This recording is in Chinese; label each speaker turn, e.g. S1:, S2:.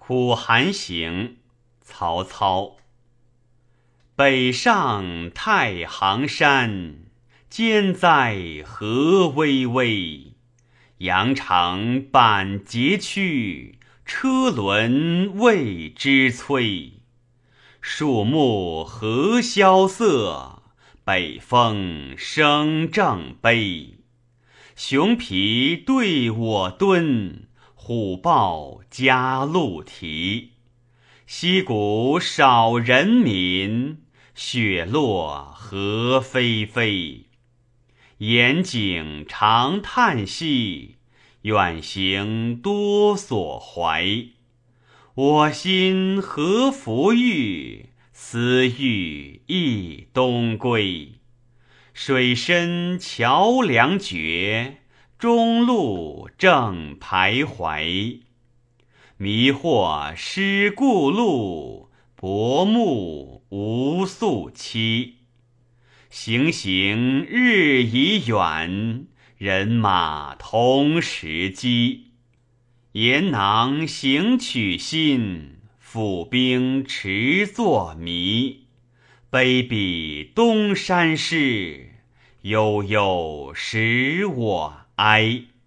S1: 苦寒行，曹操。北上太行山，间在河巍巍。羊肠板节去，车轮未知催。树木何萧瑟，北风声正悲。熊皮对我蹲，虎豹加鹿蹄。溪谷少人民，雪落何霏霏。严景长叹息，远行多所怀。我心何复郁，思欲亦东归。水深桥梁绝，中路正徘徊。迷惑失故路，薄暮无宿期。行行日已远，人马同时饥。言囊行取心，府兵持作迷。卑鄙东山事，悠悠使我哀。